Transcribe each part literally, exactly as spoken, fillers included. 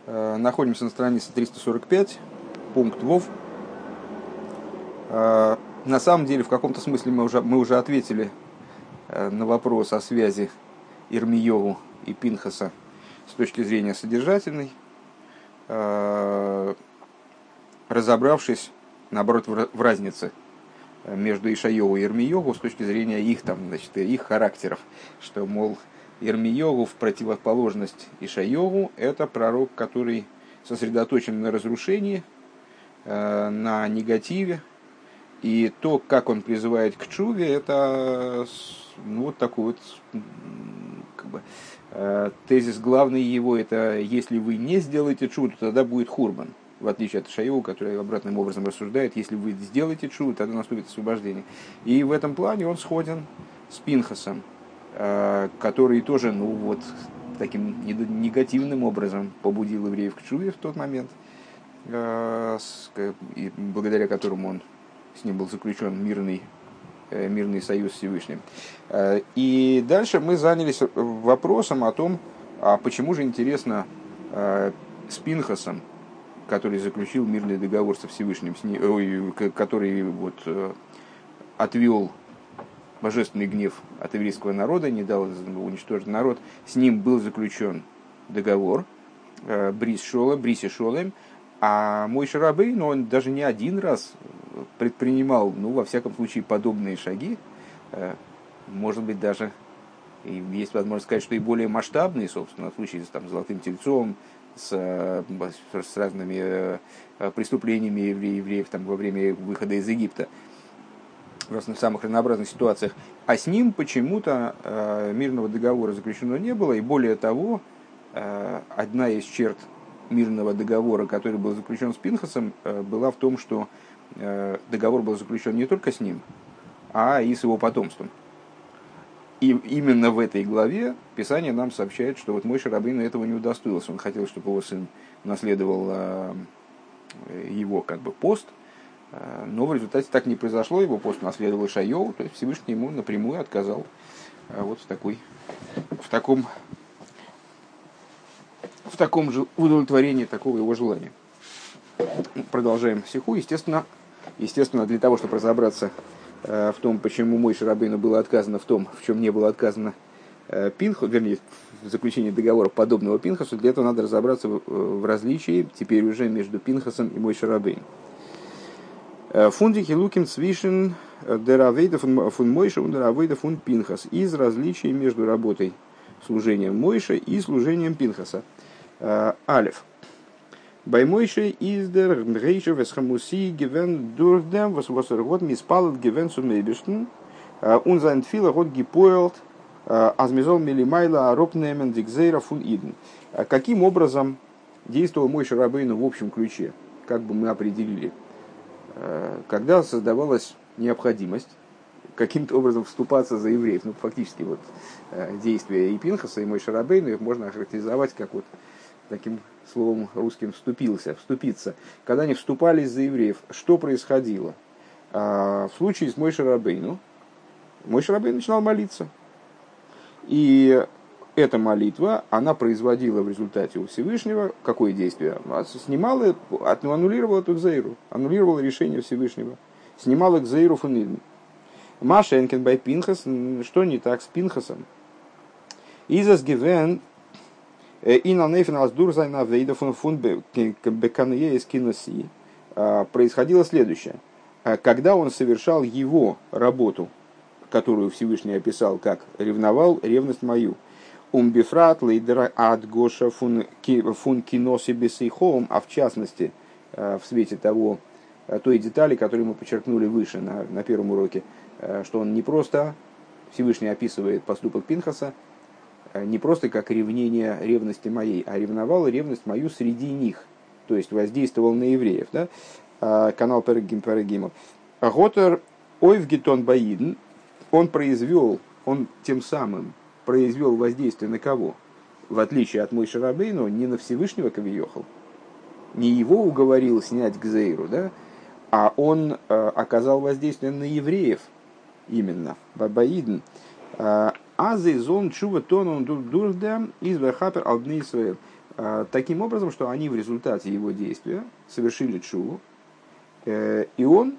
Находимся на странице триста сорок пять, пункт Вов. На самом деле, в каком-то смысле мы уже, мы уже ответили на вопрос о связи Ирмиеву и Пинхаса с точки зрения содержательной, разобравшись, наоборот, в разнице между Ишайову и Ирмиеву с точки зрения их, там, значит, их характеров, что, мол, Ирмиеву в противоположность Ишайову это пророк, который сосредоточен на разрушении, на негативе, и то, как он призывает к чуве, это ну, вот такой вот как бы, тезис главный его, это если вы не сделаете чуву, то тогда будет хурбан. В отличие от Ишайова, который обратным образом рассуждает, если вы сделаете чуву, тогда наступит освобождение. И в этом плане он сходен с Пинхасом, который тоже, ну вот, таким негативным образом побудил евреев к чуве в тот момент, и благодаря которому он, с ним был заключен мирный, мирный союз с Всевышним. И дальше мы занялись вопросом о том, а почему же, интересно, с Пинхасом, который заключил мирный договор со Всевышним, с ним, ой, который вот, отвел божественный гнев от еврейского народа, не дал уничтожить народ, с ним был заключен договор Брис Шола, Бриси Шолем, а Мойше Рабейну, он даже не один раз предпринимал, ну, во всяком случае, подобные шаги, может быть, даже и есть возможность сказать, что и более масштабные, собственно, в случае с там, Золотым Тельцом, с, с разными преступлениями евреев там, во время выхода из Египта, в самых разнообразных ситуациях, а с ним почему-то э, мирного договора заключено не было, и более того, э, одна из черт мирного договора, который был заключен с Пинхасом, э, была в том, что э, договор был заключен не только с ним, а и с его потомством. И именно в этой главе Писание нам сообщает, что вот Мойше Рабейну этого не удостоился. Он хотел, чтобы его сын наследовал э, его как бы пост, но в результате так не произошло, его пост наследовал Ишайову, то есть Всевышний ему напрямую отказал вот в, такой, в, таком, в таком же удовлетворении такого его желания. Продолжаем сиху. Естественно, естественно, для того, чтобы разобраться в том, почему Мойше Рабейну было отказано в том, в чем не было отказано Пинхасу, вернее, в заключении договора подобного Пинхасу, для этого надо разобраться в, в различии теперь уже между Пинхасом и Мойше Рабейну. Фундики луким свишен деравейда фун Мойше und деравейда фун Пинхас. Из различий между работой служением Мойше и служением Пинхаса. Алеф. Bei Moshe ist der Reische was Chamusi gewinnt durch dem, was was er Gott misspallet gewinnt zum Eibischten und sein Tfilah Gott gepoilt, als mir soll Milimайла Аропнемен Дикзейра фун Иден. Каким образом действовал Мойше Рабейну в общем ключе, как бы мы определили, когда создавалась необходимость каким-то образом вступаться за евреев. Ну, фактически вот действия и Пинхаса, и Мойше Рабейну их можно охарактеризовать как вот таким словом русским «вступился», «вступиться». Когда они вступались за евреев, что происходило? В случае с Мойше Рабейну, Мойше Рабейну начинал молиться. И эта молитва, она производила в результате у Всевышнего какое действие? Снимала, аннулировала эту гзейру, аннулировала решение Всевышнего, снимала гзейру фун Иден. Маша Энкен бай Пинхас, что не так с Пинхасом? Изас гивен и на нефен аздур зайна вейда фун фун беканье из киноси. Происходило следующее. Когда он совершал его работу, которую Всевышний описал как «ревновал ревность мою», умбифрат лейдера ад гоша фун киноси бесейхом, а в частности, в свете того, той детали, которую мы подчеркнули выше на, на первом уроке, что он не просто, Всевышний описывает поступок Пинхаса, не просто как ревнение ревности моей, а ревновал ревность мою среди них, то есть воздействовал на евреев. Да? Канал Перегим Перегимов. Готер ойвгитон баидн, он произвел, он тем самым произвел воздействие на кого? В отличие от Мойше Рабейну, не на Всевышнего Кавиохал, не его уговорил снять гзейру, да? А он э, оказал воздействие на евреев именно, бабаидн. Азы зон чува тонун дурдам из вахапер алдны Исраэль. таким образом, что они в результате его действия совершили тшуву, и он,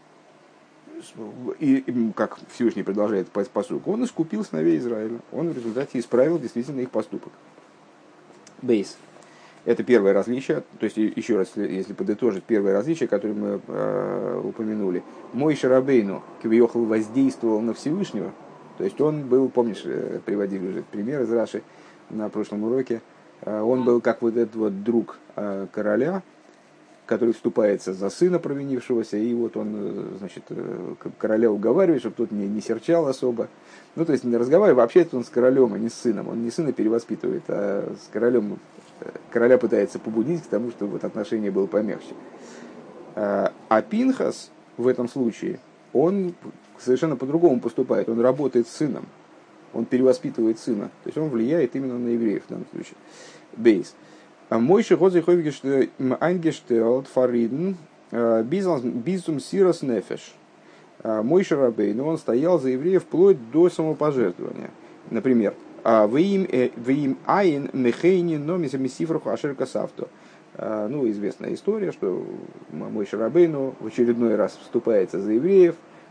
и, как Всевышний продолжает пасук, он искупил сыновей Израиля, он в результате исправил действительно их поступок. Бейс. Это первое различие, то есть еще раз, если подытожить первое различие, которое мы э, упомянули. Мойше Рабейну Кивьохал воздействовал на Всевышнего, то есть он был, помнишь, приводили уже пример из Раши на прошлом уроке, э, он был как вот этот вот друг э, короля, который вступается за сына провинившегося, и вот он, значит, короля уговаривает, чтобы тот не, не серчал особо. Ну, то есть, не разговаривает, вообще это он с королем, а не с сыном. Он не сына перевоспитывает, а с королем, короля пытается побудить к тому, чтобы вот отношение было помягче. А Пинхас в этом случае, он совершенно по-другому поступает. Он работает с сыном, он перевоспитывает сына. То есть, он влияет именно на евреев в данном случае. Бейс. Мойше Гозы Хойгеште Айнгештелт Фариден Бизум Сирос Нефеш. Мойше Рабейну, он стоял за евреев вплоть до самопожертвования. Например, «Вы им айн мехейни номиса мисифруху ашерка савто». Ну, известная история, что Мойше Рабейну в очередной раз вступается за евреев.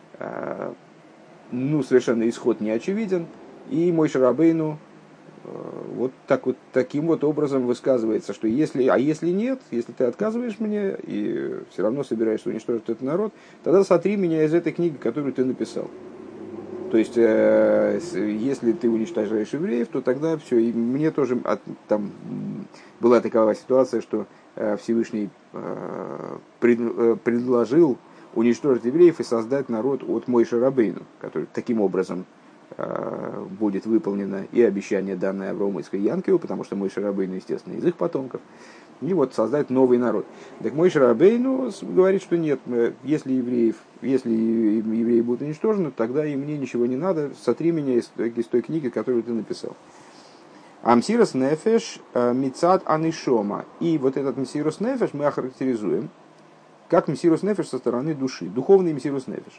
Ну, совершенно исход не очевиден. И Мойше Рабейну вот, так вот таким вот образом высказывается, что если, а если нет, если ты отказываешь мне и все равно собираешься уничтожить этот народ, тогда сотри меня из этой книги, которую ты написал. То есть, э, если ты уничтожаешь евреев, то тогда все, и мне тоже от, там была такова ситуация, что э, Всевышний э, пред, э, предложил уничтожить евреев и создать народ от Мойше Рабейну, который таким образом будет выполнено и обещание, данное Аврааму и Янкиву, потому что Мойше Рабейну, естественно, из их потомков, и вот создать новый народ. Так Мойше Рабейну говорит, что нет, если, евреев, если евреи будут уничтожены, тогда и мне ничего не надо, сотри меня из, из той книги, которую ты написал. Амсирос нефеш мицат анишома. И вот этот мсирос нефеш мы охарактеризуем как мсирос нефеш со стороны души, духовный мсирос нефеш.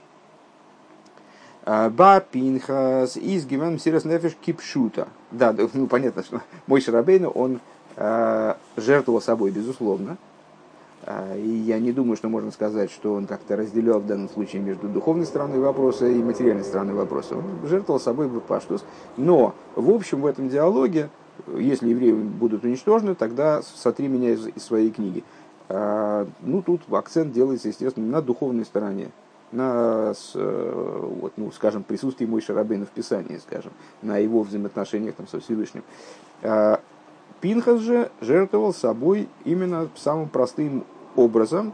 Ба Пинхас из Гиман Сирос Нефеш Кипшута. Да, ну понятно, что Мойше Рабейну, он э, жертвовал собой, безусловно. Э, и я не думаю, что можно сказать, что он как-то разделял в данном случае между духовной стороной вопроса и материальной стороной вопроса. Он жертвовал собой в паштус. Но, в общем, в этом диалоге, если евреи будут уничтожены, тогда сотри меня из, из своей книги. Э, ну, тут акцент делается, естественно, на духовной стороне. На, вот, ну, скажем, присутствии Мойше Рабейну в Писании, скажем, на его взаимоотношениях там, со Всевышним. Пинхас же жертвовал собой именно самым простым образом.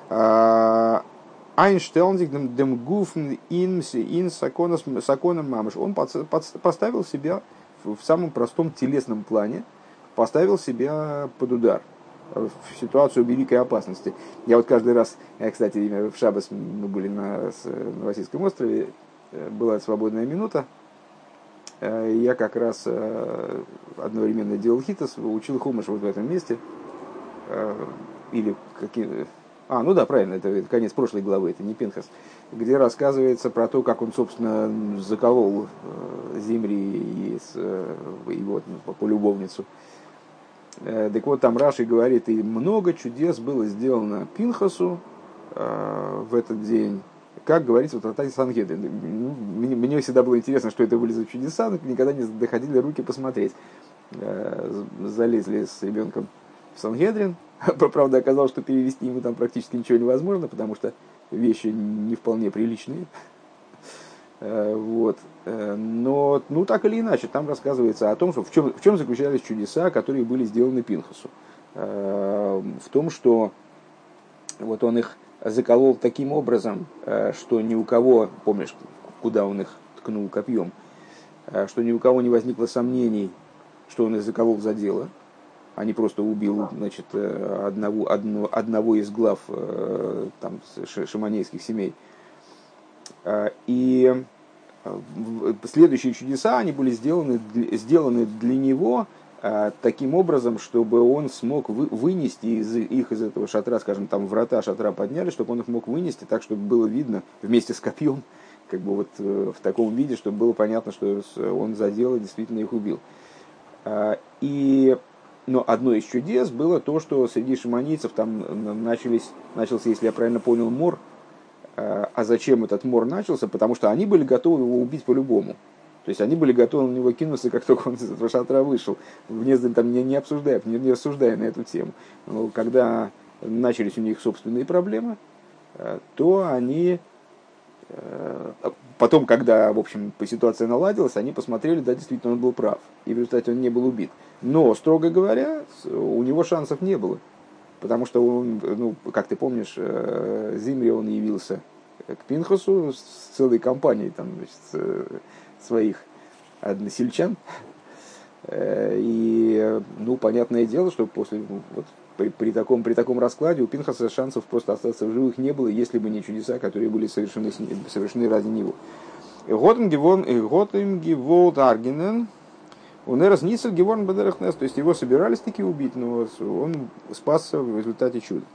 Айнштелнзик дем гуфн ин саконом мамыш. Он поставил себя в самом простом телесном плане, поставил себя под удар, в ситуацию великой опасности. Я вот каждый раз, кстати, в шаббас мы были на Новосибирском острове, была свободная минута, я как раз одновременно делал хитос, учил хумаш вот в этом месте, или какие... А, ну да, правильно, это конец прошлой главы, это не Пинхас, где рассказывается про то, как он, собственно, заколол Зимри и его полюбовницу. Так вот, там Раши говорит, и много чудес было сделано Пинхасу э, в этот день, как говорится в трактате Сангедрин. Мне, мне всегда было интересно, что это были за чудеса, но никогда не доходили руки посмотреть. Э, залезли с ребенком в Сангедрин. Правда, оказалось, что перевести ему там практически ничего невозможно, потому что вещи не вполне приличные. Вот. Но, ну, так или иначе, там рассказывается о том, что в чем, в чем заключались чудеса, которые были сделаны Пинхасу. В том, что вот он их заколол таким образом, что ни у кого, помнишь, куда он их ткнул копьем, что ни у кого не возникло сомнений, что он их заколол за дело, а не просто убил, значит, одного, одно, одного из глав там, шаманейских семей. И следующие чудеса, они были сделаны, сделаны для него таким образом, чтобы он смог вы, вынести из их из этого шатра, скажем, там врата шатра подняли, чтобы он их мог вынести так, чтобы было видно вместе с копьем, как бы вот в таком виде, чтобы было понятно, что он за дело действительно их убил. И Но одно из чудес было то, что среди шимонийцев там начались, начался, если я правильно понял, мор. А зачем этот мор начался? Потому что они были готовы его убить по-любому. То есть они были готовы на него кинуться, как только он из этого шатра вышел, вне, там, не, не обсуждая, не, не рассуждая на эту тему. Но когда начались у них собственные проблемы, то они... Потом, когда, в общем, ситуация наладилась, они посмотрели, да, действительно, он был прав. И в результате он не был убит. Но, строго говоря, у него шансов не было. Потому что, он, ну, как ты помнишь, Зимри, он явился к Пинхасу с целой компанией там, значит, своих односельчан. И, ну, понятное дело, что после, вот, при, при, таком, при таком раскладе у Пинхаса шансов просто остаться в живых не было, если бы не чудеса, которые были совершены, совершены ради него. Готем геволт аргенен, он эрас ницель геворн бадерахнес, то есть его собирались таки убить, но он спасся в результате чуда.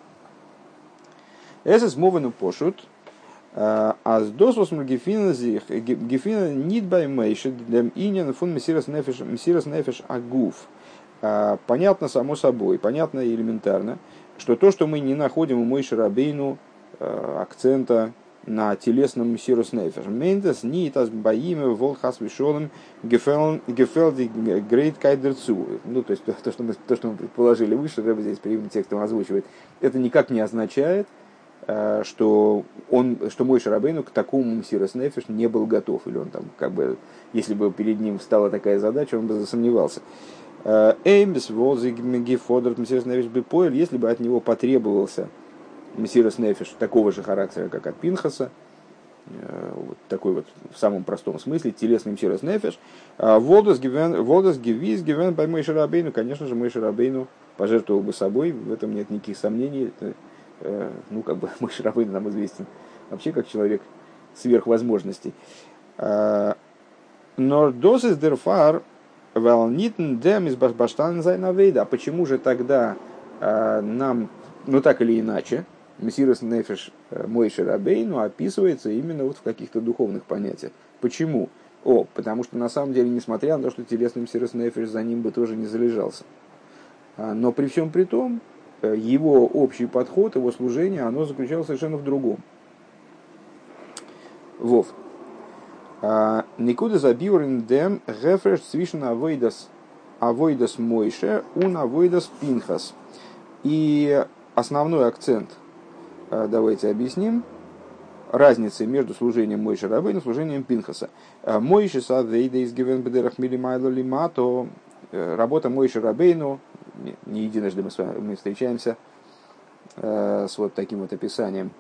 Эсэс мовену пошут, а с досвосом гефина зих, гефина нит бай мейши, дем иньян фун мессирас нефеш, мессирас нефеш агуф. Понятно само собой, понятно и элементарно, что то, что мы не находим у Мойши Рабейну акцента на телесном мессирас нефеш. Мендес нит ас баиме волхас вишолем гефелди грейт кайдерцу. Ну, то есть то, что мы, то, что мы предположили выше, Рэбе здесь прямым текстом озвучивает, это никак не означает, что он, что Мойше Рабейну к такому мессирас нефеш не был готов, или он там, как бы, если бы перед ним встала такая задача, он бы засомневался. Эймбис возигмеги фодерт мессирас нефеш бипоэль, если бы от него потребовался мессирас нефеш такого же характера, как от Пинхаса, вот такой вот в самом простом смысле, телесный мессирас нефеш, волдас гивиз гивен бай Мойше Рабейну, конечно же, Мойше Рабейну пожертвовал бы собой, в этом нет никаких сомнений. Ну, как бы Мойше Рабейну нам известен вообще как человек сверхвозможностей. Но досис дерфар валнитн дем из баштан зайнавейда. А почему же тогда нам, ну так или иначе, мессирас нефеш Мойше Рабейну описывается именно вот в каких-то духовных понятиях? Почему? О, потому что на самом деле, несмотря на то, что телесный мессирас нефеш за ним бы тоже не залежался. Но при всем при том, его общий подход, его служение, оно заключалось совершенно в другом. Вов. Никуда забиурен дем гефреш свишен авойдас авойдас Мойше ун авойдас Пинхас. И основной акцент, давайте объясним, разницы между служением Мойше Рабейну и служением Пинхаса. Мойше савейда из гивен бедерах милимайло лимато. Работа Мойше Рабейну, не единожды мы, с вами, мы встречаемся э, с вот таким вот описанием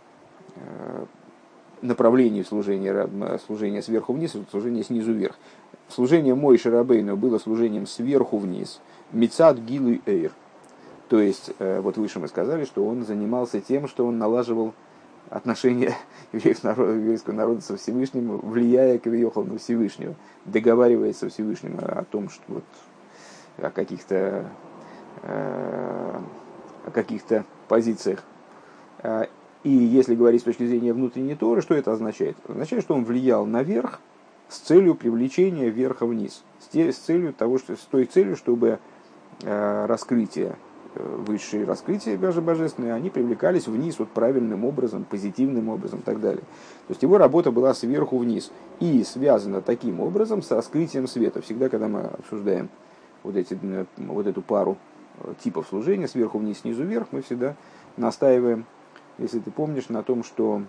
э, направлений служения, служения сверху вниз и служения снизу вверх. Служение Мойше Рабейну было служением сверху вниз, мицад гилуй эйр. То есть, э, вот выше мы сказали, что он занимался тем, что он налаживал отношения еврейского народа со Всевышним, влияя кавиохал на Всевышнего, договариваясь со Всевышним о том, что вот о каких-то о каких-то позициях. И если говорить с точки зрения внутренней Торы, что это означает? Это означает, что он влиял наверх с целью привлечения вверха вниз, с целью того, что, с той целью, чтобы раскрытие, высшие раскрытия даже божественные, они привлекались вниз вот правильным образом, позитивным образом и так далее. То есть его работа была сверху вниз и связана таким образом с раскрытием света. Всегда, когда мы обсуждаем вот, эти, вот эту пару типов служения, сверху вниз, снизу вверх, мы всегда настаиваем, если ты помнишь, на том, что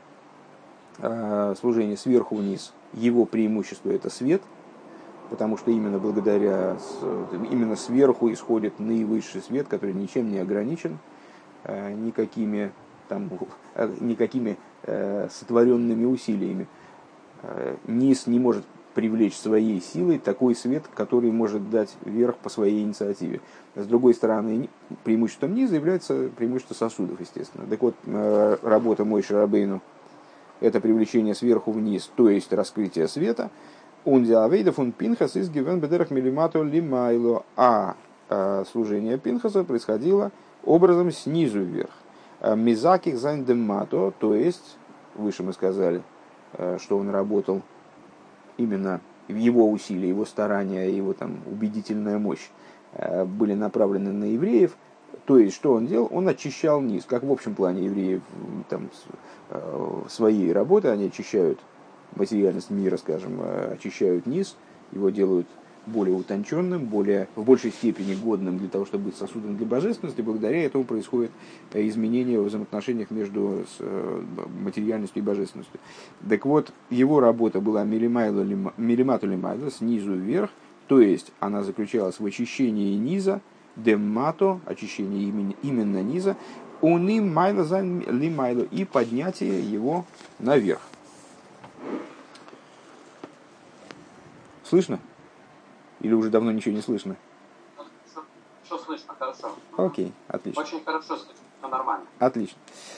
э, служение сверху вниз, его преимущество — это свет, потому что именно благодаря, именно сверху исходит наивысший свет, который ничем не ограничен, э, никакими, там, никакими э, сотворенными усилиями. Э, низ не может привлечь своей силой такой свет, который может дать вверх по своей инициативе. С другой стороны, преимуществом низа является преимущество сосудов, естественно. Так вот, работа Мойше Рабейну — это привлечение сверху вниз, то есть раскрытие света. А служение Пинхаса происходило образом снизу вверх. Мизаких зайндеммато, то есть, выше мы сказали, что он работал именно в его усилия, его старания, его там убедительная мощь были направлены на евреев. То есть, что он делал? Он очищал низ. Как в общем плане евреев там, своей работы, они очищают материальность мира, скажем, очищают низ, его делают более утонченным, более, в большей степени годным для того, чтобы быть сосудом для божественности. Благодаря этому происходит изменение в взаимоотношениях между материальностью и божественностью. Так вот, его работа была милимату лимайла, снизу вверх, то есть она заключалась в очищении низа, деммато, очищение именно, именно низа, уним майла за лимайло, и поднятие его наверх. Слышно? Или уже давно ничего не слышно? Все слышно, хорошо. Окей, отлично. Очень хорошо слышно, все нормально. Отлично.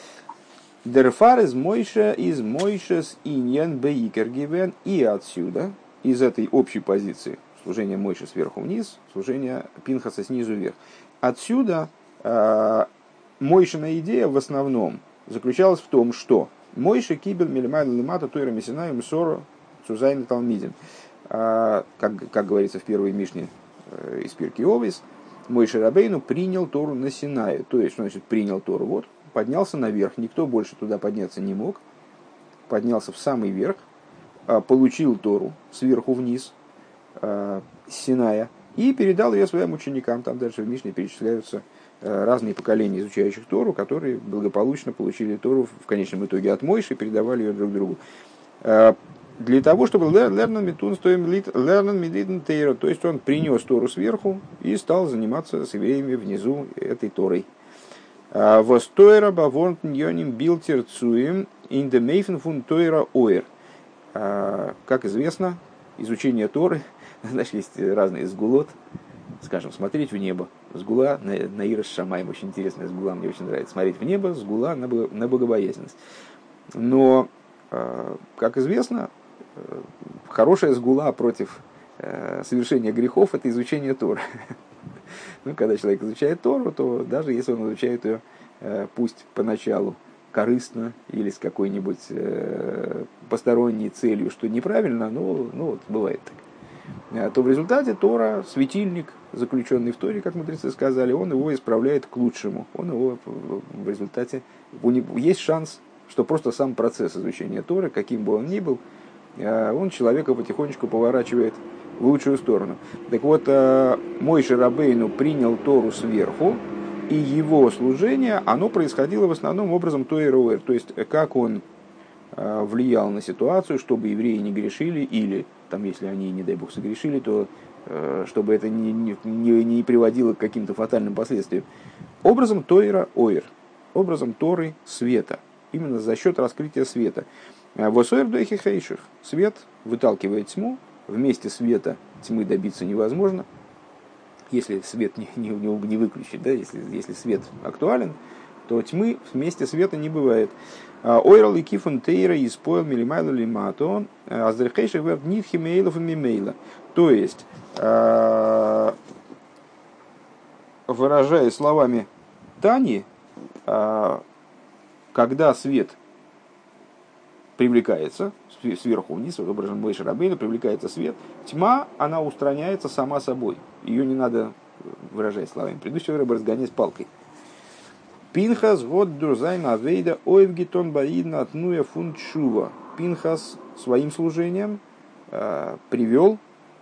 Дерфар из Мойша, из Мойша с иньян бейкер гивен, и отсюда, из этой общей позиции, служение Мойши сверху вниз, служение Пинхаса снизу вверх. Отсюда э, Мойшина идея в основном заключалась в том, что Мойша кибель милимайла лимата тойра мессина им соро цузайн талмидин. Как, как говорится в первой Мишне э, из Пирки Овис, Мойше Рабейну принял Тору на Синае. То есть, что значит принял Тору? Вот, поднялся наверх, никто больше туда подняться не мог. Поднялся в самый верх, получил Тору сверху вниз, с Синая, и передал ее своим ученикам. Там дальше в Мишне перечисляются разные поколения изучающих Тору, которые благополучно получили Тору в конечном итоге от Мойши и передавали ее друг другу. Для того, чтобы Лернан Митун стоим Лернан Медидн Тейра, то есть он принес Тору сверху и стал заниматься с евреями внизу этой Торой. Востойра бавонтн йоним билтер цуим индемейфен фун Тойра оэр. Как известно, изучение Торы, значит, есть разные сгулот, скажем, смотреть в небо. Сгула на, на Ираш Шамаем, очень интересная сгула, мне очень нравится. Смотреть в небо, сгула на, на богобоязненность. Но, как известно, хорошая сгула против э, совершения грехов – это изучение Торы. Ну, когда человек изучает Тору, то даже если он изучает ее, э, пусть поначалу корыстно или с какой-нибудь э, посторонней целью, что неправильно, но ну, вот, бывает так, то в результате Тора, светильник, заключенный в Торе, как мудрецы сказали, он его исправляет к лучшему. Он его в результате… Есть шанс, что просто сам процесс изучения Торы, каким бы он ни был, он человека потихонечку поворачивает в лучшую сторону. Так вот, Мойше Рабейну принял Тору сверху, и его служение, оно происходило в основном образом Тойра-Оэр, то есть как он влиял на ситуацию, чтобы евреи не грешили, или, там, если они, не дай бог, согрешили, то чтобы это не, не, не приводило к каким-то фатальным последствиям. Образом Тойра-Оэр, образом Торы света, именно за счет раскрытия света. Восойр дойхи хейших. Свет выталкивает тьму. Вместе света тьмы добиться невозможно. Если свет не, не, не выключить, да, если, если свет актуален, то тьмы вместе света не бывает. Ойрал и кифун тейра испоил милимайла лимато. Аздрехейших верт нитхи мейлов и мимейла. То есть, выражая словами Тани, когда свет привлекается сверху вниз, вот образом Мойше Рабейну привлекается свет, тьма, она устраняется сама собой. Ее не надо выражать словами. Предыдущий рыба разгонять палкой. Пинхас вот дурзайн авейда ойвгитон баидна атнуя фун чува. Пинхас своим служением э, привел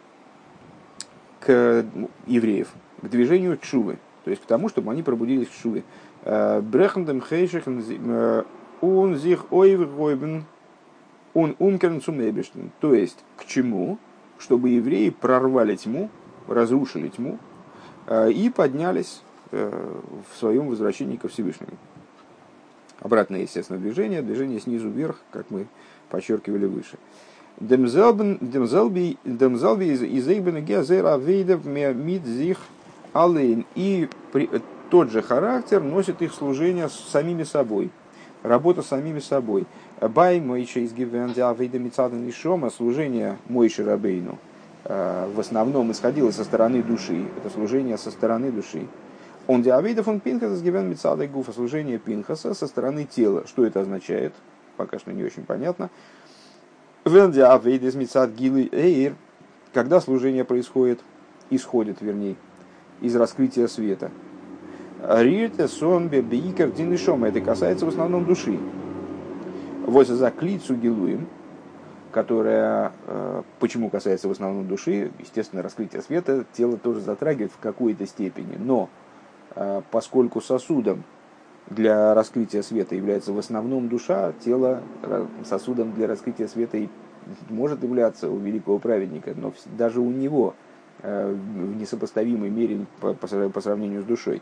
к евреев, к движению чувы, то есть к тому, чтобы они пробудились к чуве. Брехандем хейших он зих ойвгойбен он умкерн цумебештен. То есть, к чему? Чтобы евреи прорвали тьму, разрушили тьму э, и поднялись э, в своем возвращении ко Всевышнему. Обратное, естественно, движение, движение снизу вверх, как мы подчеркивали выше. Демзалби из Эйбена Геазера Вейдов Мидзих Алейн. И тот же характер носит их служение с самими собой. Работа с самими собой. Бай Мойше из Гивензя Авейда Мицадан и Шома, служение Мойше Рабейну в основном исходило со стороны души. Это служение со стороны души. Он диавейда фон Пинхаса с Гивен Мицада Гуфа, служение Пинхаса со стороны тела. Что это означает? Пока что не очень понятно. Вен диавейда из Мицад Гилы Эйр, когда служение происходит, исходит, вернее, из раскрытия света. Рирте сонбе бейкер динишома. Это касается в основном души. Возле заклицу гилуем, которая, почему касается в основном души, естественно, раскрытие света тело тоже затрагивает в какой-то степени, но поскольку сосудом для раскрытия света является в основном душа, тело сосудом для раскрытия света и может являться у великого праведника, но даже у него в несопоставимой мере по сравнению с душой.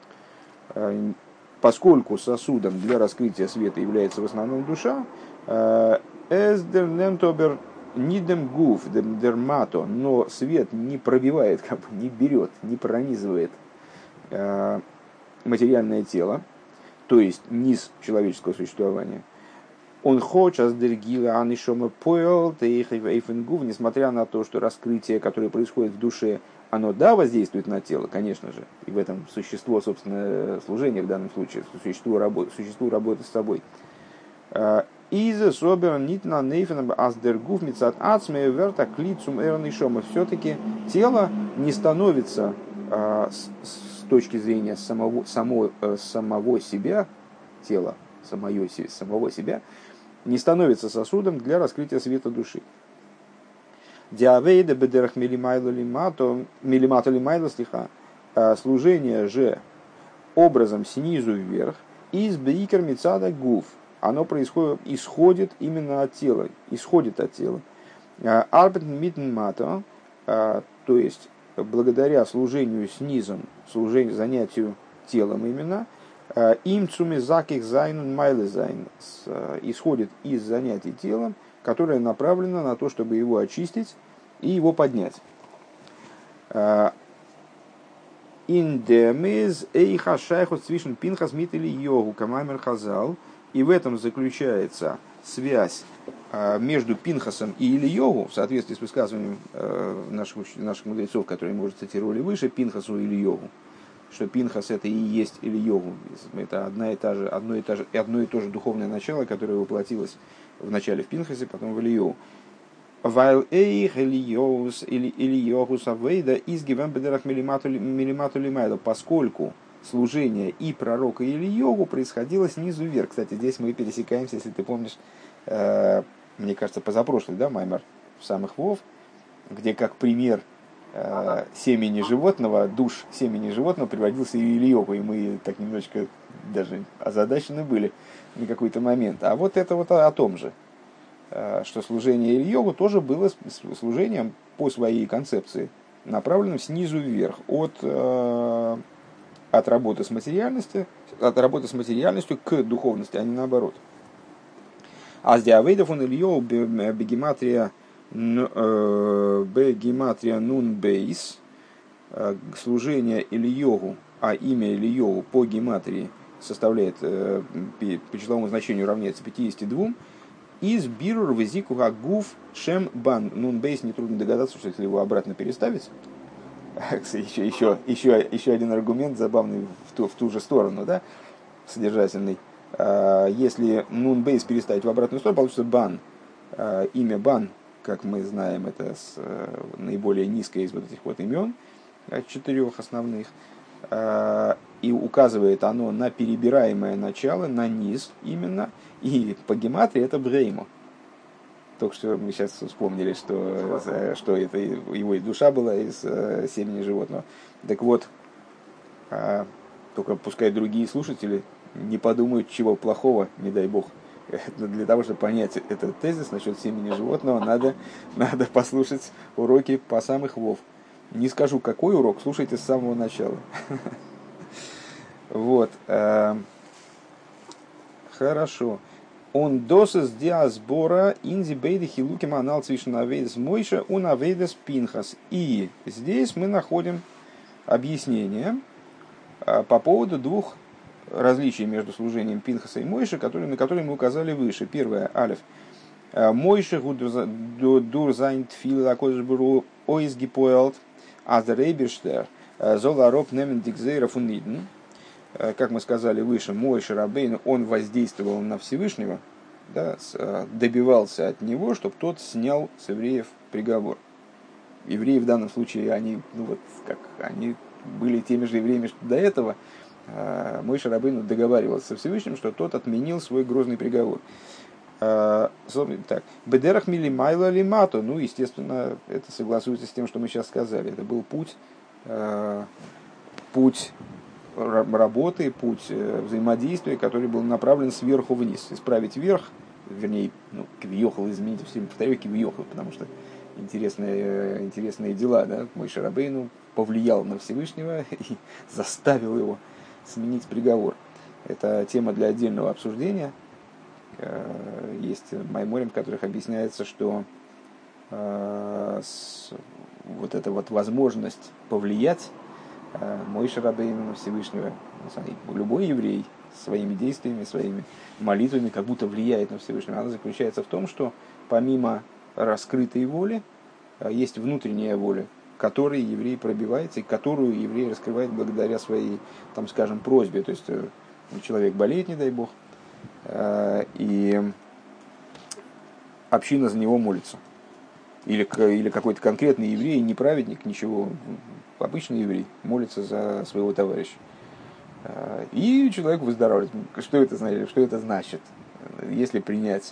Поскольку сосудом для раскрытия света является в основном душа, эсдернентобер нидем гуф дермато, но свет не пробивает, как бы не берет, не пронизывает материальное тело, то есть низ человеческого существования. Он хочет, несмотря на то, что раскрытие, которое происходит в душе, оно, да, воздействует на тело, конечно же, и в этом существо, собственно, служения в данном случае, существо работы, существо работы с собой. Из собер нитна нейфен аздергуф мицат ацме верта клицум эрнишома. Все-таки тело не становится с точки зрения самого, само, самого себя, тело самое, самого себя, не становится сосудом для раскрытия света души. Диавейда бедерах милимайло милимато лимайло слиха. Служение же образом снизу вверх из бейкер мицада гуф. Оно происходит, исходит именно от тела, исходит от тела. Арбет митн мато, то есть благодаря служению снизу, служению, занятию телом именно, им цумизаких зайнун майлезайн, исходит из занятий телом, которое направлено на то, чтобы его очистить и его поднять. Индемиз эйха шайхот свишен пинхас мит или йогу камамер хазал. И в этом заключается связь между Пинхасом и Ильёгу, в соответствии с высказыванием наших, наших мудрецов, которые мы уже цитировали выше, Пинхасу и Ильёгу, что Пинхас это и есть Ильёгу, это одна и та же, одно, и та же, одно и то же духовное начало, которое воплотилось вначале в Пинхасе, потом в Ильёгу. Вайл эйх Ильёгус или Ильёгус авейда из гивен бедерах милимату лимайло, поскольку служение и пророка и Ильёгу происходило снизу вверх. Кстати, здесь мы пересекаемся, если ты помнишь, э, мне кажется, позапрошлый, да, маймер в самых Вов, где как пример э, семени животного, душ семени животного приводился и Ильёгу, и мы так немножечко даже озадачены были на какой-то момент. А вот это вот о, о том же, э, что служение Ильёгу тоже было служением по своей концепции, направленным снизу вверх, от... Э, от работы с материальностью, от работы с материальностью к духовности, а не наоборот. А с диавейдов он Ильёу бегематрия бегематрия нун бейс, служение Ильёгу, а имя Ильёгу по гематрии составляет, по числовому значению равняется пятьдесят два, из бирур визику гуф шем бан. Нун бейс, нетрудно догадаться, что если его обратно переставить, еще, еще, еще, еще один аргумент забавный в ту, в ту же сторону, да, содержательный. Если нун бейс переставить в обратную сторону, получится бан. Имя бан, как мы знаем, это с, наиболее низкое из вот этих вот имен, четырех основных. И указывает оно на перебираемое начало, на низ именно. И по гематрии это бреймо. Только что мы сейчас вспомнили, что, что это его и душа была из семени животного. Так вот, только пускай другие слушатели не подумают, чего плохого, не дай бог. Для того, чтобы понять этот тезис насчет семени животного, надо, надо послушать уроки по самых Вов. Не скажу, какой урок, слушайте с самого начала. Вот. Хорошо. Он досыс диасбора инзи бейды хилуким анал цвишен авейдес мойша un авейдес пинхас. И здесь мы находим объяснение по поводу двух различий между служением Пинхаса и Мойши, которые, на которые мы указали выше. Первое, алеф. Мойши дурзайн тфил акодшбуру ойзгипоэлт аздерейберштер золароб немен дикзейра фуниден. Как мы сказали выше, Мойше Рабейну, он воздействовал на Всевышнего, да, добивался от него, чтобы тот снял с евреев приговор. Евреи в данном случае, они, ну вот, как, они были теми же евреями, что до этого, Мойше Рабейну договаривался со Всевышним, что тот отменил свой грозный приговор. Так, Бедерах мили майла лимато, ну, естественно, это согласуется с тем, что мы сейчас сказали. Это был путь, путь работы, путь взаимодействия, который был направлен сверху вниз. Исправить вверх, вернее, ну, кивьехал, изменить, все время повторяю кивьехал, потому что интересные, интересные дела, да, Мойше Рабейну повлиял на Всевышнего и заставил его сменить приговор. Это тема для отдельного обсуждения. Есть майморим, в которых объясняется, что э, с, вот эта вот возможность повлиять э, Мойше Рабейну на Всевышнего, любой еврей своими действиями, своими молитвами как будто влияет на Всевышнего, она заключается в том, что помимо раскрытой воли есть внутренняя воля, которой еврей пробивается и которую еврей раскрывает благодаря своей, там, скажем, просьбе. То есть человек болеет, не дай бог, и община за него молится. Или, или какой-то конкретный еврей, не праведник, ничего, обычный еврей молится за своего товарища. И человек выздоравливает. Что это значит? Что это значит? Если принять,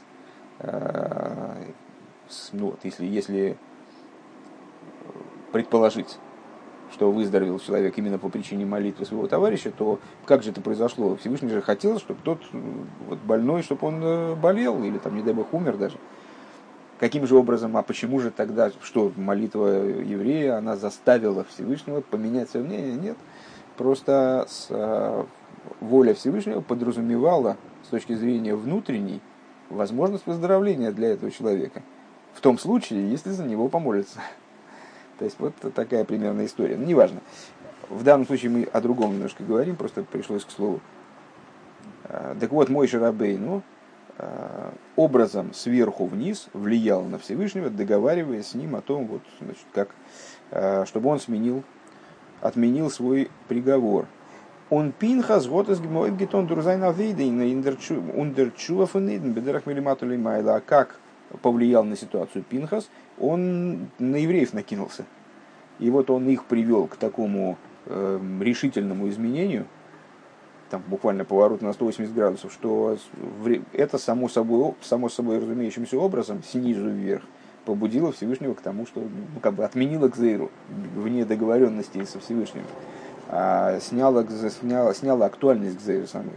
ну, вот, если, если предположить, что выздоровел человек именно по причине молитвы своего товарища, то как же это произошло? Всевышний же хотел, чтобы тот вот, больной, чтобы он болел, или там, не дай бог, умер даже. Каким же образом, а почему же тогда, что молитва еврея, она заставила Всевышнего поменять свое мнение? Нет. Просто с, э, воля Всевышнего подразумевала с точки зрения внутренней возможность выздоровления для этого человека. В том случае, если за него помолятся. То есть вот такая примерная история. Ну, неважно. В данном случае мы о другом немножко говорим, просто пришлось к слову. Так вот, Мойше Рабейну образом сверху вниз влиял на Всевышнего, договариваясь с ним о том, вот, значит, как, чтобы он сменил, отменил свой приговор. Он пинхас вот из гетон дурзайн авейдейн ундерчува фуниден бедерах милимату лимайла. А как повлиял на ситуацию Пинхас? Он на евреев накинулся. И вот он их привел к такому э, решительному изменению, там буквально поворот на сто восемьдесят градусов, что это само собой, само собой разумеющимся образом, снизу вверх, побудило Всевышнего к тому, что ну, как бы отменило Гзейру вне договоренности со Всевышним, а сняло, сняло, сняло актуальность Гзейры самой.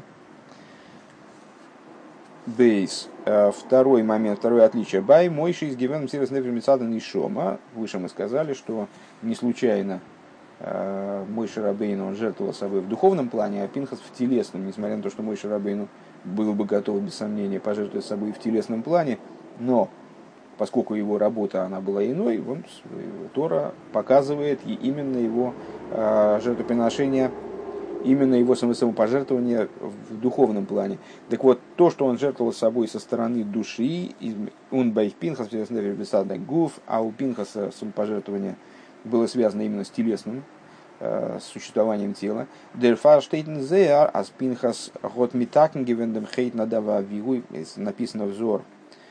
Бейс. Второй момент, второе отличие. Бай, Мойши из Гивеном Сирос Нефер Мицадан и Шома. Выше мы сказали, что не случайно Мойше Рабейну он жертвовал собой в духовном плане, а Пинхас в телесном, несмотря на то, что Мойше Рабейну был бы готов, без сомнения, пожертвовать собой в телесном плане, но поскольку его работа она была иной, он, Тора показывает и именно его жертвоприношение, именно его самопожертвование в духовном плане. Так вот, то, что он жертвовал собой со стороны души, он бай Пинхас, гуф, а у Пинхаса самопожертвование было связано именно с телесным, с существованием тела. Дерфар штейтен зеар, ас Пинхас гот митакен гивендем хейт надава вигу, написано взор,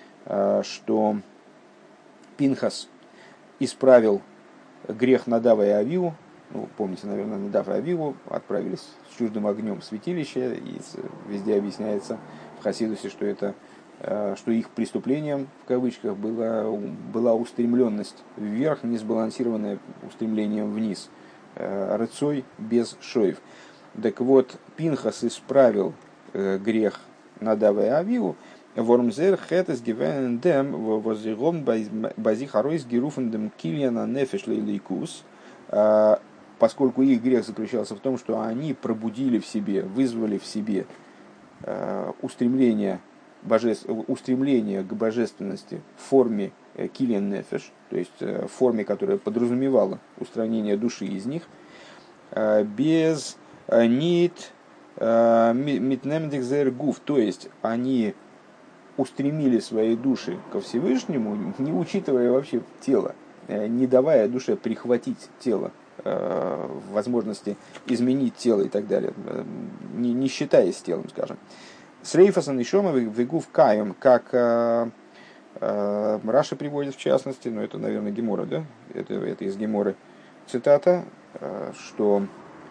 что Пинхас исправил грех Надава и Авиву. Ну, помните, наверное, Надав и Авиву отправились с чуждым огнем в святилище, и везде объясняется в Хасидусе, что это, что их преступлением, в кавычках, была, была устремленность вверх, несбалансированное устремлением вниз, рыцой без шоев. Так вот, Пинхас исправил грех Надава и Авиву, Вормзер хэтес гивен дем возигом бази харойс геруфендем кильяна нефеш лейкус, поскольку их грех заключался в том, что они пробудили в себе, вызвали в себе устремление, божеств, устремление к божественности в форме кильян нефеш, то есть в форме, которая подразумевала устранение души из них, без нит митнемдикзер гуф, то есть они устремили свои души ко Всевышнему, не учитывая вообще тело, не давая душе прихватить тело, возможности изменить тело и так далее, не, не считаясь телом, скажем. С Рейфасом и Шома вегув каем, как э, э, Раша приводит в частности, но это, наверное, Гемора, да? Это, это из Геморы цитата. что,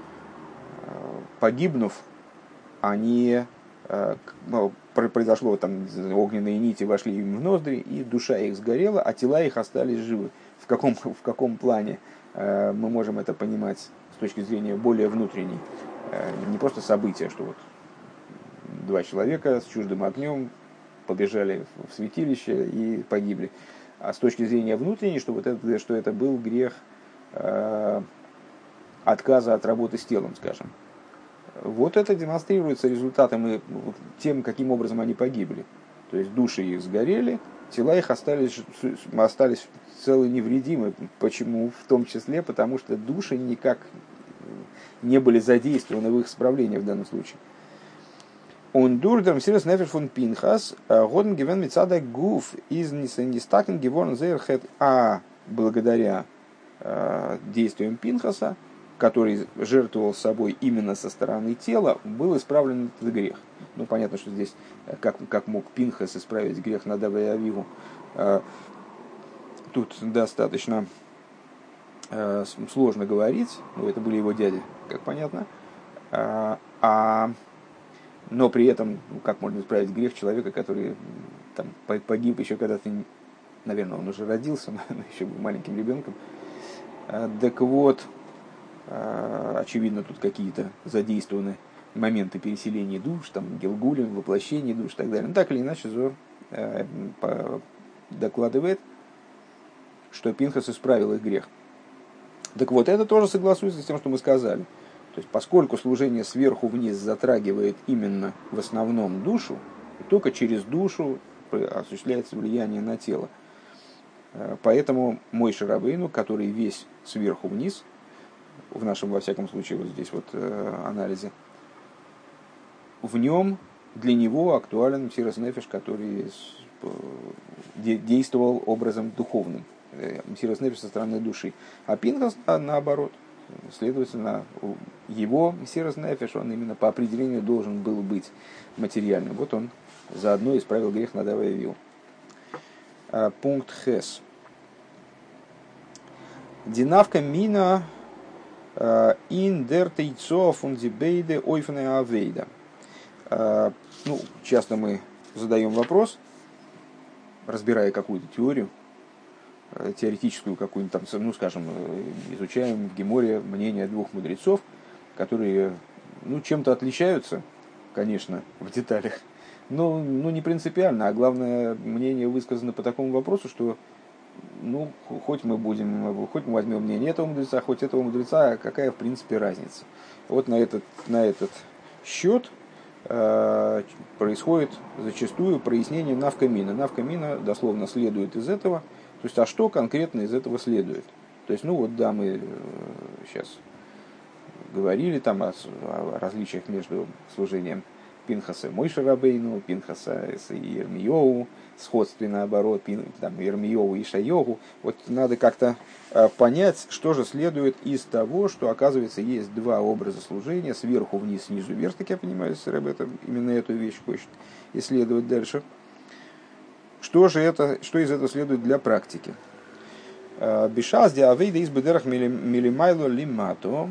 погибнув, они, ну, произошло, там огненные нити вошли им в ноздри, и душа их сгорела, а тела их остались живы. В каком, в каком плане мы можем это понимать с точки зрения более внутренней? Не просто события, что вот два человека с чуждым огнем побежали в святилище и погибли. А с точки зрения внутренней, что, вот это, что это был грех э, отказа от работы с телом, скажем. Вот это демонстрируется результатом и тем, каким образом они погибли. То есть души их сгорели, тела их остались, остались целы невредимы. Почему? В том числе, потому что души никак не были задействованы в их исправлении в данном случае. Он дурдер мсирос нефеш фун Пинхас, годен гивен мицада гуф из нистакен геворн зерхет, а благодаря э, действиям Пинхаса, который жертвовал собой именно со стороны тела, был исправлен этот грех. Ну, понятно, что здесь, как, как мог Пинхас исправить грех Надава и Авиву, э, тут достаточно э, сложно говорить. Ну, это были его дяди, как понятно. А, а Но при этом, ну, как можно исправить грех человека, который там, погиб еще когда-то, наверное, он уже родился, но еще был маленьким ребенком. Так вот, очевидно, тут какие-то задействованы моменты переселения душ, там, гилгулем, воплощения душ и так далее. Но так или иначе, Зор докладывает, что Пинхас исправил их грех. Так вот, это тоже согласуется с тем, что мы сказали. То есть, поскольку служение сверху вниз затрагивает именно в основном душу, только через душу осуществляется влияние на тело. Поэтому Мойше Рабейну, который весь сверху вниз, в нашем, во всяком случае, вот здесь вот анализе, в нем, для него актуален Мсирос Нефеш, который действовал образом духовным. Мсирос Нефеш со стороны души. А Пинхас, наоборот. Следовательно, его Мсирос Нефеш, он именно по определению должен был быть материальным. Вот он заодно исправил грех Надава и Авиву. Пункт Хес. Динавка мина ин дер тейцо фундибейде ойфне авейда. Ну, часто мы задаем вопрос, разбирая какую-то теорию, теоретическую какую-нибудь там, ну, скажем, изучаем в Геморе мнение двух мудрецов, которые, ну, чем-то отличаются, конечно, в деталях, но, ну, не принципиально, а главное, мнение высказано по такому вопросу, что, ну, хоть мы будем, хоть мы возьмем мнение этого мудреца, хоть этого мудреца, какая, в принципе, разница. Вот на этот, на этот счет э, происходит зачастую прояснение навкамина. Навкамина дословно следует из этого. То есть, а что конкретно из этого следует? То есть, ну вот, да, мы сейчас говорили там о, о различиях между служением Пинхаса и Мойше Рабейну, Пинхаса и Ирмиеву, сходстве наоборот, там, Ирмиеву и Шайогу. Вот надо как-то понять, что же следует из того, что, оказывается, есть два образа служения, сверху вниз, снизу вверх, так я понимаю, Рэб это именно эту вещь хочет исследовать дальше. Что же это, что из этого следует для практики? Бишаз диавейда из бедерах милимайло лимато.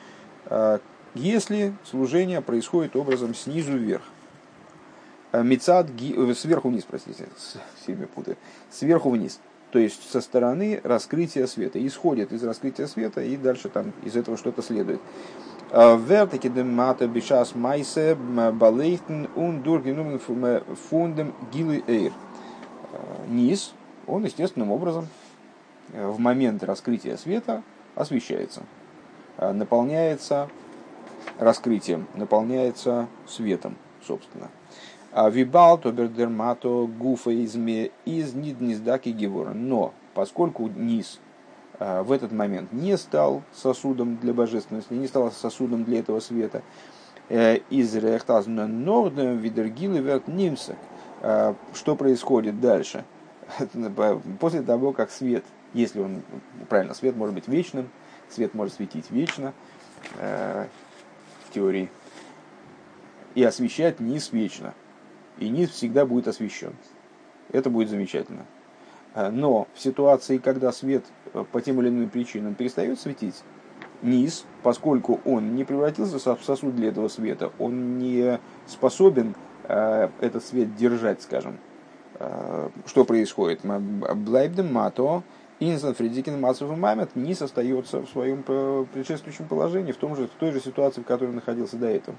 Если служение происходит образом снизу вверх, мицад сверху вниз, простите, сильно путаю, сверху вниз, то есть со стороны раскрытия света, исходит из раскрытия света и дальше там из этого что-то следует. Вертики демата бишаз майсе балейтен ун дургенумен фундем гилы эйр. Низ, он естественным образом в момент раскрытия света освещается, наполняется раскрытием, наполняется светом, собственно. А вибал тобердермато гуфа изме из нидниздаки гевора. Но поскольку низ в этот момент не стал сосудом для божественности, не стал сосудом для этого света, из рехтазна нордем видергилы верт нимса. Что происходит дальше? После того, как свет, если он, правильно, свет может быть вечным, свет может светить вечно, в теории, и освещать низ вечно. И низ всегда будет освещен. Это будет замечательно. Но в ситуации, когда свет по тем или иным причинам перестает светить, низ, поскольку он не превратился в сосуд для этого света, он не способен э, этот свет держать, скажем. Э, что происходит? Блайбдем мато, инсан фридикин массовый мамет, низ остается в своем предшествующем положении, в, том же, в той же ситуации, в которой он находился до этого.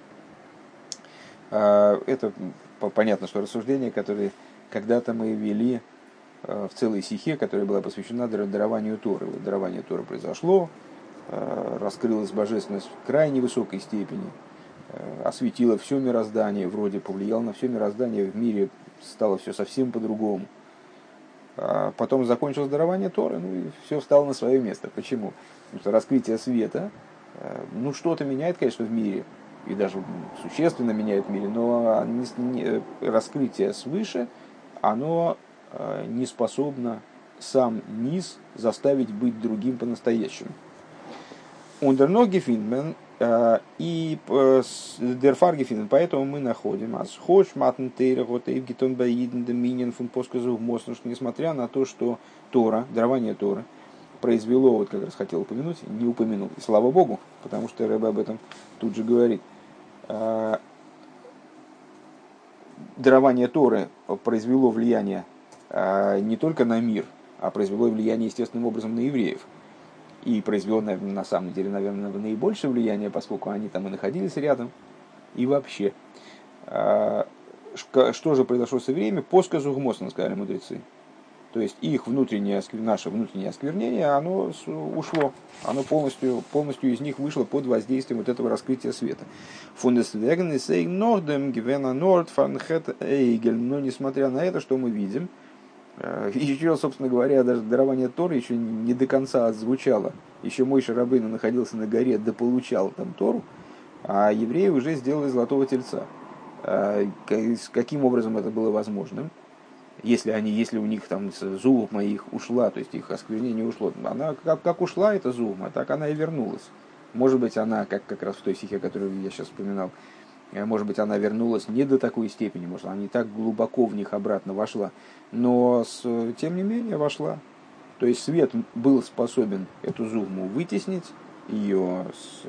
Э, это понятно, что рассуждения, которые когда-то мы вели э, в целой сихе, которая была посвящена дарованию Торы. Вот дарование Торы произошло, раскрылась божественность в крайне высокой степени, осветила все мироздание, вроде повлияла на все мироздание, в мире стало все совсем по-другому. А потом закончилось дарование Торы, ну и все встало на свое место. Почему? Потому что раскрытие света, ну что-то меняет, конечно, в мире, и даже существенно меняет в мире, но раскрытие свыше, оно не способно сам низ заставить быть другим по-настоящему. Ундерно гефиндмен и дерфар гефиндмен, поэтому мы находим ас хоч матн тейра вот эйвгитон баиден доминин фун посказу мосно, что несмотря на то, что Тора, дарование Торы произвело, вот как раз хотел упомянуть, не упомянул, и слава Богу, потому что Рэбе об этом тут же говорит. Дарование Торы произвело влияние не только на мир, а произвело влияние естественным образом на евреев. И произвело, на самом деле, наверное, наибольшее влияние, поскольку они там и находились рядом. И вообще. Что же произошло со временем? По сказу Гмосна, сказали мудрецы. То есть их внутреннее, наше внутреннее осквернение, оно ушло. Оно полностью, полностью из них вышло под воздействием вот этого раскрытия света. Но несмотря на это, что мы видим, еще, собственно говоря, даже дарование Торы еще не до конца отзвучало. Еще Мойше Рабейну находился на горе, дополучал там Тору, а евреи уже сделали золотого тельца. Каким образом это было возможным? Если, они, если у них там зулма их ушла, то есть их осквернение ушло, она как, как ушла эта зулма, так она и вернулась. Может быть, она, как, как раз в той стихе, которую я сейчас вспоминал, может быть, она вернулась не до такой степени, может, она не так глубоко в них обратно вошла, но с, тем не менее вошла. То есть свет был способен эту зулму вытеснить, ее с,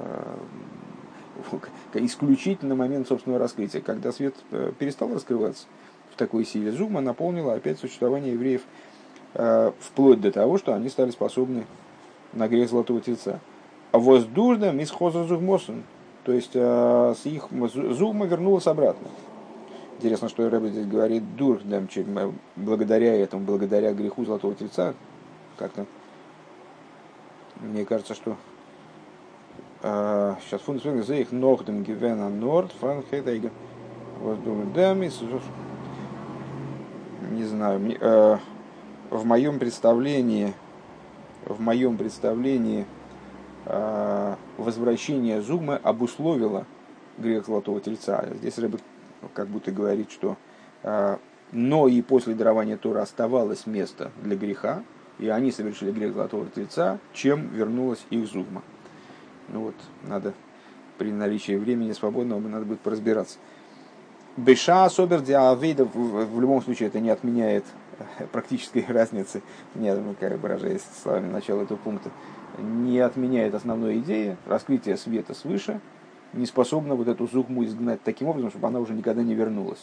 э, исключить на момент собственного раскрытия. Когда свет перестал раскрываться в такой силе, зулма наполнила опять существование евреев, э, вплоть до того, что они стали способны на грех золотого тельца. А воздушным из хоза зугмосен. То есть э, с их зума вернулась обратно. Интересно, что Рэбе здесь говорит дурхдам, благодаря этому, благодаря греху золотого тельца. Как-то мне кажется, что э, сейчас фундамент за их нордем гивена норд франхедайга воздушным не знаю, мне, э, в моем представлении, в моем представлении возвращение зугмы обусловило грех золотого тельца. Здесь Рэбе как будто говорит, что но и после дарования Торы оставалось место для греха, и они совершили грех золотого тельца, чем вернулась их зугма. Ну вот, надо при наличии времени свободного надо будет поразбираться. Беша особер диавейда, в любом случае это не отменяет практической разницы, не, как выражаясь словами начала этого пункта, не отменяет основной идеи раскрытия света свыше, не способна вот эту зугму изгнать таким образом, чтобы она уже никогда не вернулась.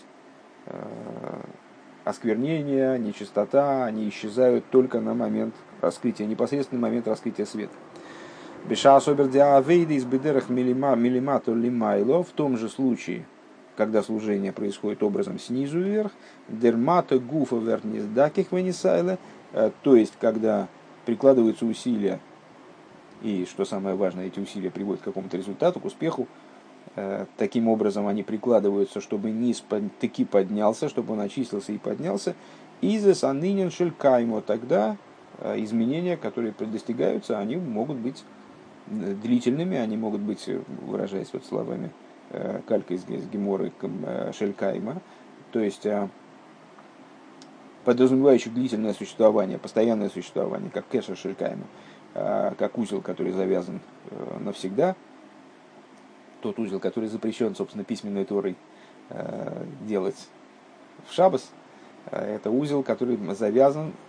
Осквернение, нечистота, они исчезают только на момент раскрытия, непосредственный момент раскрытия света. Беша особер диавейда из бедерах милимату лимайло, в том же случае, когда служение происходит образом снизу вверх, дермата гуфа вернис даких венисайле, то есть когда прикладываются усилия, и, что самое важное, эти усилия приводят к какому-то результату, к успеху. Таким образом, они прикладываются, чтобы низ таки поднялся, чтобы он очистился и поднялся. Изес анынен шелькаймо. Тогда изменения, которые достигаются, они могут быть длительными, они могут быть, выражаясь вот словами калька из Геморы, шелькайма, то есть подразумевающих длительное существование, постоянное существование, как кэша шелькайма, как узел, который завязан навсегда, тот узел, который запрещен, собственно, письменной Торой делать в шаббос, это узел, который завязан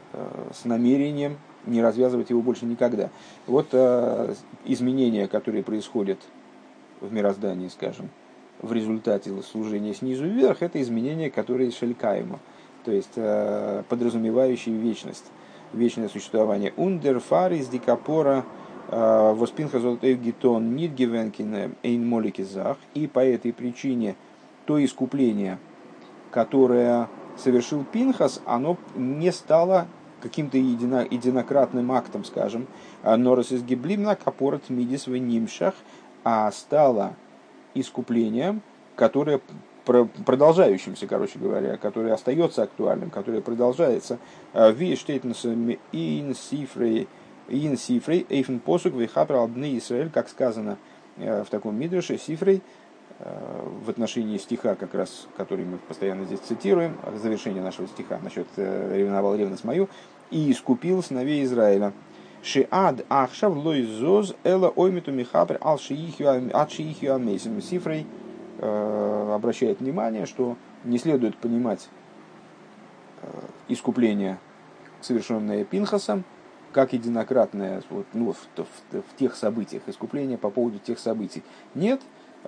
с намерением не развязывать его больше никогда. Вот изменения, которые происходят в мироздании, скажем, в результате служения снизу вверх, это изменения, которые шелькаемо, то есть подразумевающие вечность, вечное существование. Ундер фарис дикапора воспинха золотой гитон нит гивенкин эйн моликизах. И по этой причине то искупление, которое совершил Пинхас, оно не стало каким-то едино, единократным актом, скажем, норос из гиблимна капорот мидис в нимшах, а стало искуплением, которое продолжающимся, короче говоря, которое остается актуальным, которое продолжается. Ви штейтнсом ин сифрей ин сифрей эйфен посук вихапра абны Исраэль, как сказано в таком мидреше сифрей в отношении стиха, как раз, который мы постоянно здесь цитируем, завершение нашего стиха насчет ревновал ревность мою, и искупил сыновей Израиля. Шиад ахшав лой зоз эла оймиту михапр ал шиихю амейсим. Сифрей обращает внимание, что не следует понимать искупление, совершенное Пинхасом, как единократное вот, ну, в, в, в тех событиях, искупление по поводу тех событий. Нет,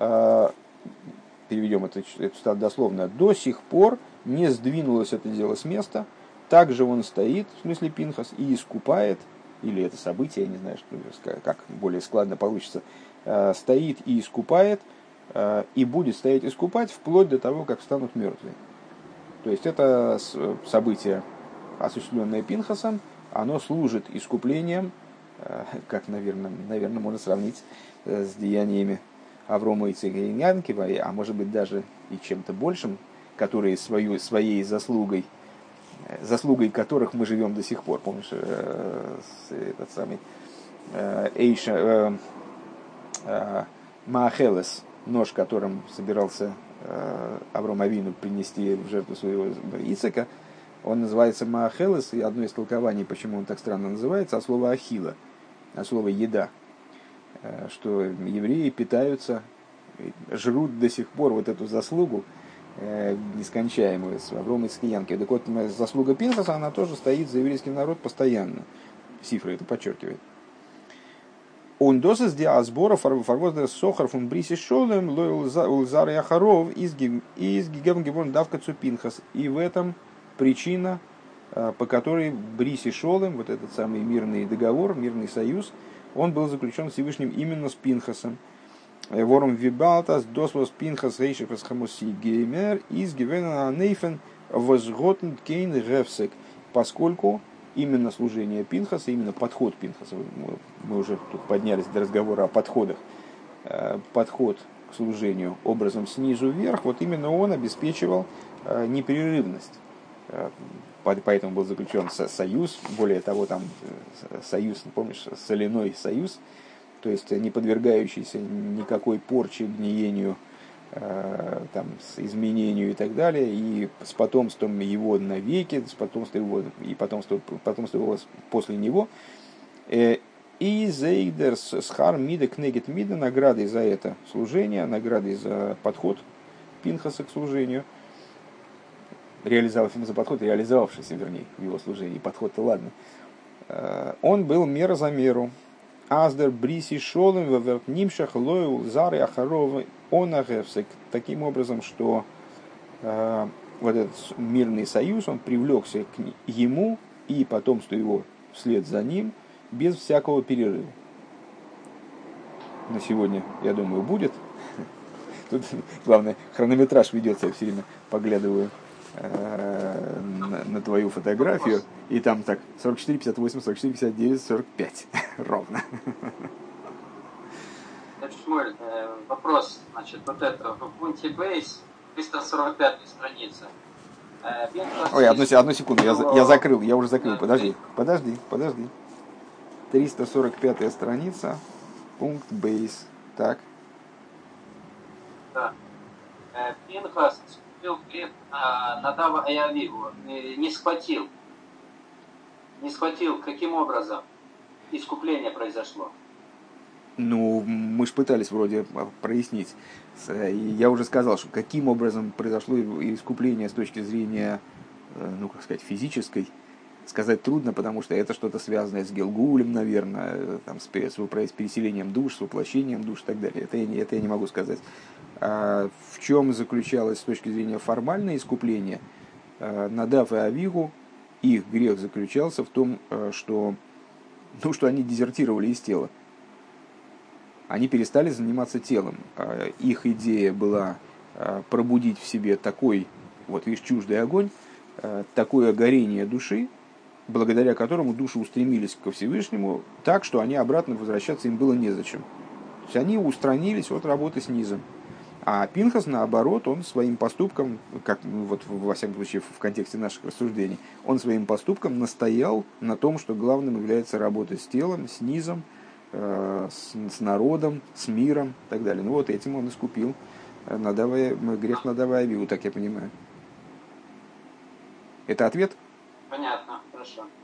переведем это, это дословно, до сих пор не сдвинулось это дело с места, также он стоит, в смысле Пинхас, и искупает, или это событие, я не знаю, что, как более складно получится, стоит и искупает, и будет стоять и искупать вплоть до того, как встанут мертвые. То есть это событие, осуществленное Пинхасом, оно служит искуплением, как, наверное, наверное можно сравнить с деяниями Аврома и Янкива, а может быть даже и чем-то большим, которые свою, своей заслугой, заслугой которых мы живем до сих пор. Помнишь, этот самый Эйша, Маахелес, нож, которым собирался Авром Авину принести в жертву своего Ицека, он называется Маахелес, и одно из толкований, почему он так странно называется, от слова ахила, от слова еда, что евреи питаются, жрут до сих пор вот эту заслугу нескончаемую с Авром и Янки. Так вот, заслуга Пинхаса, она тоже стоит за еврейский народ постоянно. Сифра это подчеркивает. Он досыс диасбора фарвоздер сохар фун бриси шолем лойлзар яхаров из гигем гибон давка цупинхас. И в этом причина, по которой бриси шолем, вот этот самый мирный договор, мирный союз, он был заключен Всевышним именно с Пинхасом. Ворум вибалтас досвос Пинхас рейшипас хамуси геймер из гивена нейфен возготн кейн ревсек, поскольку именно служение Пинхаса, именно подход Пинхаса, мы уже тут поднялись до разговора о подходах, подход к служению образом снизу вверх, вот именно он обеспечивал непрерывность. Поэтому был заключен союз, более того, там союз, помнишь, соляной союз, то есть не подвергающийся никакой порче, гниению, там, с изменению и так далее, и с потомством его навеки, с потомством его, и потомство, потомство его после него. И зейдер схар мида кнегет мида, наградой за это служение, наградой за подход Пинхаса к служению, реализовав за подход, реализовавшийся, вернее, в его служении, подход-то ладно, он был мера за меру. Аздер бриси шолем ваверт нимшах лойл зары ахаров он агевсек. Таким образом, что э, вот этот мирный союз, он привлекся к ему и потомству его вслед за ним без всякого перерыва. На сегодня, я думаю, будет. Тут, главное, хронометраж ведется, я все время поглядываю э, на, на твою фотографию, и там так сорок четыре, пятьдесят восемь, сорок четыре, пятьдесят девять, сорок пять. Ровно. Шмуль, вопрос, значит, вот это, в пункте бейс, триста сорок пятая страница. Ой, одну, одну секунду, я, я закрыл, я уже закрыл, подожди, подожди, подожди. триста сорок пятая страница, пункт бейс, так. Да. Пинхас скупил хлеб Надава и Авиву, не схватил. Не схватил, каким образом искупление произошло? Ну, мы же пытались вроде прояснить. Я уже сказал, что каким образом произошло искупление с точки зрения, ну, как сказать, физической, сказать трудно, потому что это что-то связанное с Гилгулем, наверное, там, с переселением душ, с воплощением душ и так далее. Это я не, это я не могу сказать. А в чем заключалось с точки зрения формального искупления? Надав и Авигу, их грех заключался в том, что, ну, что они дезертировали из тела. Они перестали заниматься телом. Их идея была пробудить в себе такой, вот видишь, чуждый огонь, такое горение души, благодаря которому души устремились ко Всевышнему так, что они обратно возвращаться им было незачем. То есть они устранились от работы с низом. А Пинхас, наоборот, он своим поступком, как вот во всяком случае в контексте наших рассуждений, он своим поступком настоял на том, что главным является работа с телом, с низом, э, с, с народом, с миром и так далее. Ну вот этим он искупил надавая, грех надавая Авигу, так я понимаю. Это ответ? Понятно, хорошо.